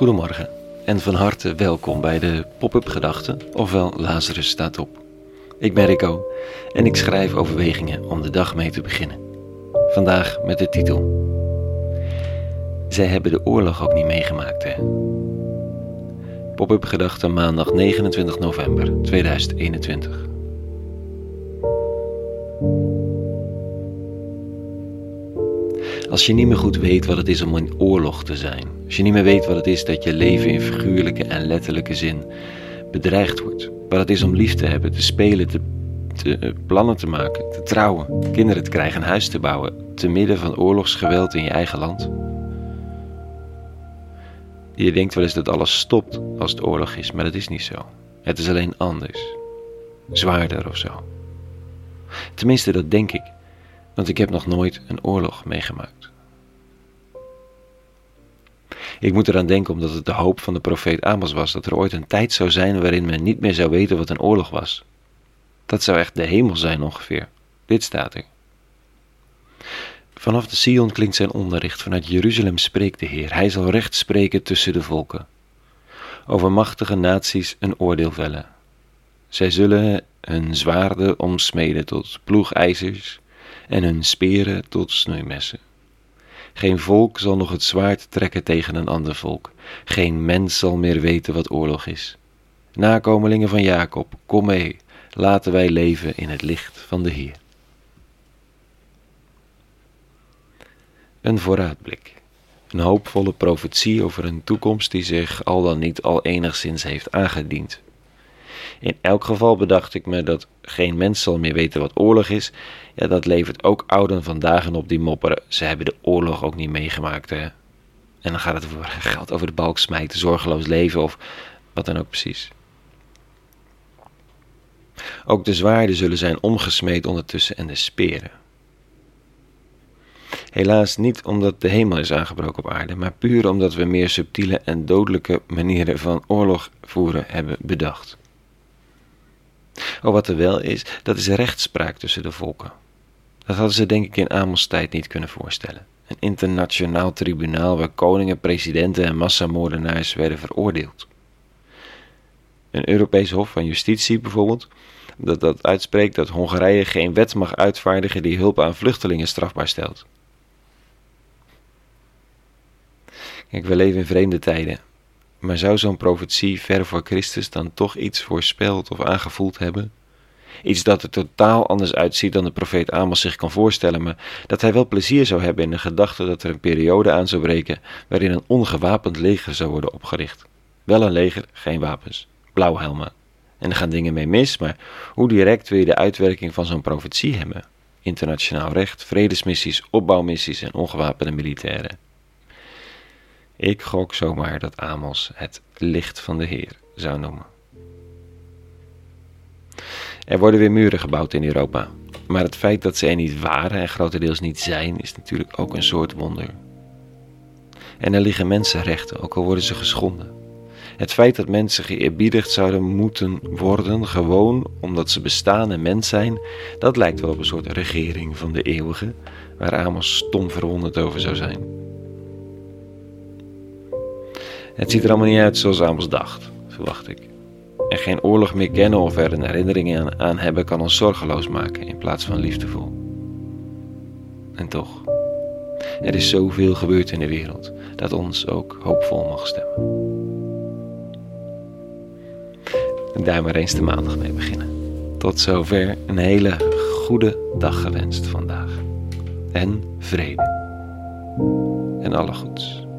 Goedemorgen en van harte welkom bij de Pop-up Gedachten, ofwel Lazarus staat op. Ik ben Rico en ik schrijf overwegingen om de dag mee te beginnen. Vandaag met de titel: Zij hebben de oorlog ook niet meegemaakt, hè? Pop-up Gedachten, maandag 29 november 2021. Als je niet meer goed weet wat het is om in oorlog te zijn, als je niet meer weet wat het is dat je leven in figuurlijke en letterlijke zin bedreigd wordt, wat het is om lief te hebben, te spelen, plannen te maken, te trouwen, kinderen te krijgen, een huis te bouwen, te midden van oorlogsgeweld in je eigen land. Je denkt wel eens dat alles stopt als het oorlog is, maar dat is niet zo. Het is alleen anders, zwaarder of zo. Tenminste, dat denk ik, want ik heb nog nooit een oorlog meegemaakt. Ik moet eraan denken omdat het de hoop van de profeet Amos was dat er ooit een tijd zou zijn waarin men niet meer zou weten wat een oorlog was. Dat zou echt de hemel zijn ongeveer. Dit staat er. Vanaf de Sion klinkt zijn onderricht, vanuit Jeruzalem spreekt de Heer. Hij zal recht spreken tussen de volken. Over machtige naties een oordeel vellen. Zij zullen hun zwaarden omsmeden tot ploegijzers en hun speren tot snoeimessen. Geen volk zal nog het zwaard trekken tegen een ander volk. Geen mens zal meer weten wat oorlog is. Nakomelingen van Jacob, kom mee, laten wij leven in het licht van de Heer. Een vooruitblik. Een hoopvolle profetie over een toekomst die zich al dan niet al enigszins heeft aangediend. In elk geval bedacht ik me dat geen mens zal meer weten wat oorlog is. Ja, dat levert ook ouden vandaag op die mopperen. Ze hebben de oorlog ook niet meegemaakt, hè. En dan gaat het voor geld over de balk smijten, zorgeloos leven of wat dan ook precies. Ook de zwaarden zullen zijn omgesmeed ondertussen en de speren. Helaas niet omdat de hemel is aangebroken op aarde, maar puur omdat we meer subtiele en dodelijke manieren van oorlog voeren hebben bedacht. Oh, wat er wel is, dat is rechtspraak tussen de volken. Dat hadden ze denk ik in Amos' tijd niet kunnen voorstellen. Een internationaal tribunaal waar koningen, presidenten en massamoordenaars werden veroordeeld. Een Europees Hof van Justitie bijvoorbeeld, dat uitspreekt dat Hongarije geen wet mag uitvaardigen die hulp aan vluchtelingen strafbaar stelt. Kijk, we leven in vreemde tijden. Maar zou zo'n profetie ver voor Christus dan toch iets voorspeld of aangevoeld hebben? Iets dat er totaal anders uitziet dan de profeet Amos zich kan voorstellen, maar dat hij wel plezier zou hebben in de gedachte dat er een periode aan zou breken waarin een ongewapend leger zou worden opgericht. Wel een leger, geen wapens, blauwhelmen. En er gaan dingen mee mis, maar hoe direct wil je de uitwerking van zo'n profetie hebben? Internationaal recht, vredesmissies, opbouwmissies en ongewapende militairen. Ik gok zomaar dat Amos het licht van de Heer zou noemen. Er worden weer muren gebouwd in Europa. Maar het feit dat ze er niet waren en grotendeels niet zijn, is natuurlijk ook een soort wonder. En er liggen mensenrechten, ook al worden ze geschonden. Het feit dat mensen geëerbiedigd zouden moeten worden, gewoon omdat ze bestaan en mens zijn, dat lijkt wel op een soort regering van de eeuwige, waar Amos stom verwonderd over zou zijn. Het ziet er allemaal niet uit zoals Amos dacht, verwacht ik. En geen oorlog meer kennen of er een herinnering aan hebben kan ons zorgeloos maken in plaats van liefdevol. En toch, er is zoveel gebeurd in de wereld dat ons ook hoopvol mag stemmen. En daar maar eens de maandag mee beginnen. Tot zover een hele goede dag gewenst vandaag. En vrede. En alle goeds.